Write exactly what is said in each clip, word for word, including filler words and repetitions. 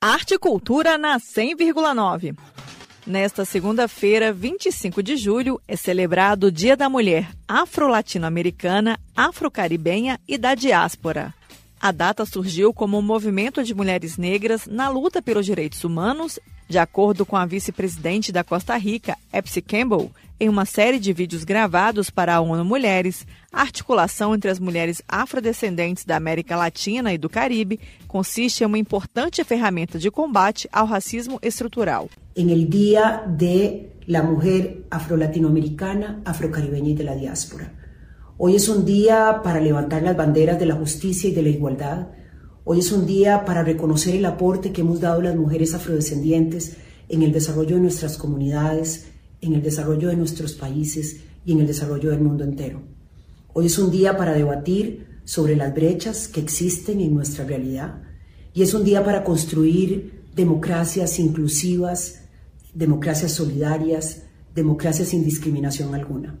Arte e Cultura na cem vírgula nove. Nesta segunda-feira, vinte e cinco de julho, é celebrado o Dia da Mulher Afro-Latino-Americana, Afro-Caribenha e da Diáspora. A data surgiu como um movimento de mulheres negras na luta pelos direitos humanos, de acordo com a vice-presidente da Costa Rica, Epsi Campbell, em uma série de vídeos gravados para a ONU Mulheres. A articulação entre as mulheres afrodescendentes da América Latina e do Caribe consiste em uma importante ferramenta de combate ao racismo estrutural. En el Día de la Mujer Afro-Latinoamericana, Afro-Caribeña y de la Diáspora. Hoy es un día para levantar las banderas de la justicia y de la igualdad. Hoy es un día para reconocer el aporte que hemos dado las mujeres afrodescendientes en el desarrollo de nuestras comunidades, en el desarrollo de nuestros países y en el desarrollo del mundo entero. Hoy es un día para debatir sobre las brechas que existen en nuestra realidad y es un día para construir democracias inclusivas, democracias solidarias, democracias sin discriminación alguna.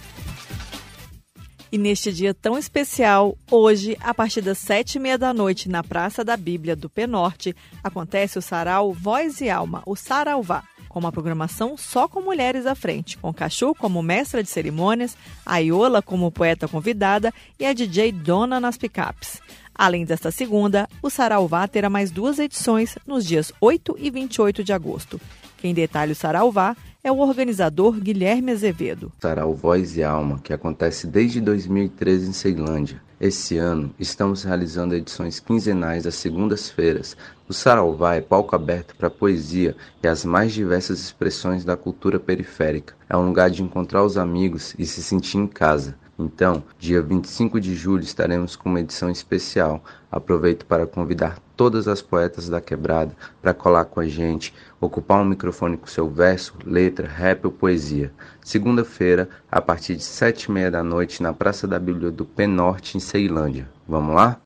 E neste dia tão especial, hoje, a partir das sete e meia da noite, na Praça da Bíblia do Penorte, acontece o Sarau Voz e Alma, o Sarauvá, com uma programação só com mulheres à frente, com Cachu como mestra de cerimônias, a Iola como poeta convidada e a D J Dona nas picapes. Além desta segunda, o Sarauvá terá mais duas edições nos dias oito e vinte e oito de agosto. Quem detalha o Sarauvá é o organizador Guilherme Azevedo. Sarau Voz e Alma, que acontece desde dois mil e treze em Ceilândia. Esse ano, estamos realizando edições quinzenais às segundas-feiras. O Sarauvá é palco aberto para a poesia e as mais diversas expressões da cultura periférica. É um lugar de encontrar os amigos e se sentir em casa. Então, dia vinte e cinco de julho, estaremos com uma edição especial. Aproveito para convidar todas as poetas da Quebrada para colar com a gente, ocupar um microfone com seu verso, letra, rap ou poesia. Segunda-feira, a partir de sete e meia da noite, na Praça da Bíblia do Penorte, em Ceilândia. Vamos lá?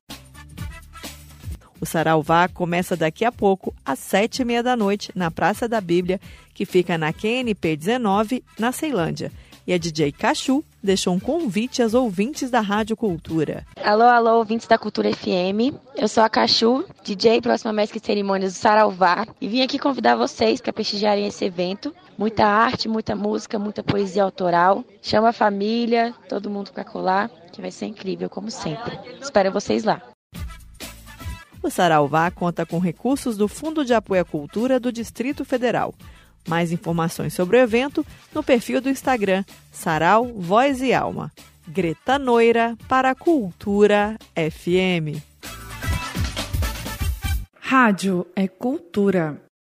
O Sarauvá começa daqui a pouco, às sete e meia da noite, na Praça da Bíblia, que fica na Q N P dezenove, na Ceilândia. E a D J Cachu deixou um convite aos ouvintes da Rádio Cultura. Alô, alô, ouvintes da Cultura F M. Eu sou a Cachu, D J próxima mestre de cerimônias do Sarauvá. E vim aqui convidar vocês para prestigiarem esse evento. Muita arte, muita música, muita poesia autoral. Chama a família, todo mundo para colar, que vai ser incrível, como sempre. Espero vocês lá. O Sarauvá conta com recursos do Fundo de Apoio à Cultura do Distrito Federal. Mais informações sobre o evento no perfil do Instagram Sarau Voz e Alma. Greta Noira para a Cultura F M. Rádio é cultura.